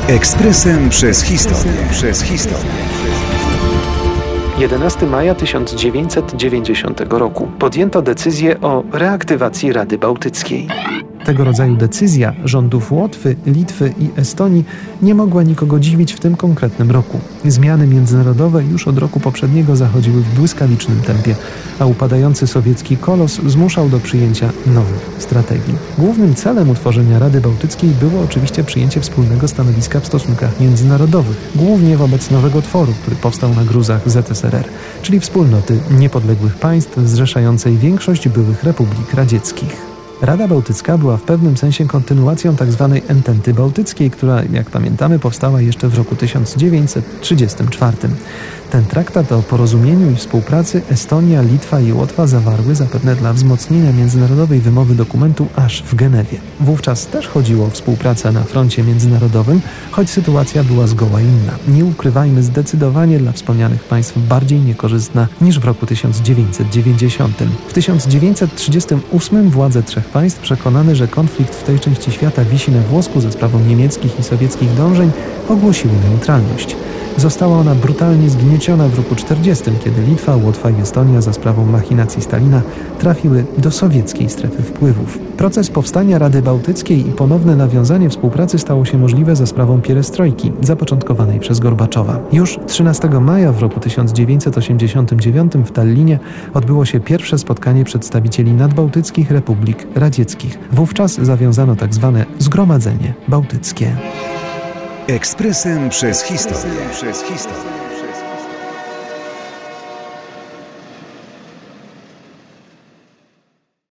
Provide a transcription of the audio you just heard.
Ekspresem przez historię. 11 maja 1990 roku podjęto decyzję o reaktywacji Rady Bałtyckiej. Tego rodzaju decyzja rządów Łotwy, Litwy i Estonii nie mogła nikogo dziwić w tym konkretnym roku. Zmiany międzynarodowe już od roku poprzedniego zachodziły w błyskawicznym tempie, a upadający sowiecki kolos zmuszał do przyjęcia nowych strategii. Głównym celem utworzenia Rady Bałtyckiej było oczywiście przyjęcie wspólnego stanowiska w stosunkach międzynarodowych, głównie wobec nowego tworu, który powstał na gruzach ZSRR, czyli wspólnoty niepodległych państw zrzeszającej większość byłych republik radzieckich. Rada Bałtycka była w pewnym sensie kontynuacją tzw. Ententy Bałtyckiej, która, jak pamiętamy, powstała jeszcze w roku 1934. Ten traktat o porozumieniu i współpracy Estonia, Litwa i Łotwa zawarły zapewne dla wzmocnienia międzynarodowej wymowy dokumentu aż w Genewie. Wówczas też chodziło o współpracę na froncie międzynarodowym, choć sytuacja była zgoła inna. Nie ukrywajmy, zdecydowanie dla wspomnianych państw bardziej niekorzystna niż w roku 1990. W 1938 władze trzech państw, przekonane, że konflikt w tej części świata wisi na włosku za sprawą niemieckich i sowieckich dążeń, ogłosiły neutralność. Została ona brutalnie zgnieciona w roku 1940, kiedy Litwa, Łotwa i Estonia za sprawą machinacji Stalina trafiły do sowieckiej strefy wpływów. Proces powstania Rady Bałtyckiej i ponowne nawiązanie współpracy stało się możliwe za sprawą pierestrojki, zapoczątkowanej przez Gorbaczowa. Już 13 maja w roku 1989 w Tallinie odbyło się pierwsze spotkanie przedstawicieli nadbałtyckich republik radzieckich. Wówczas zawiązano tzw. Zgromadzenie Bałtyckie. Ekspresem przez historię.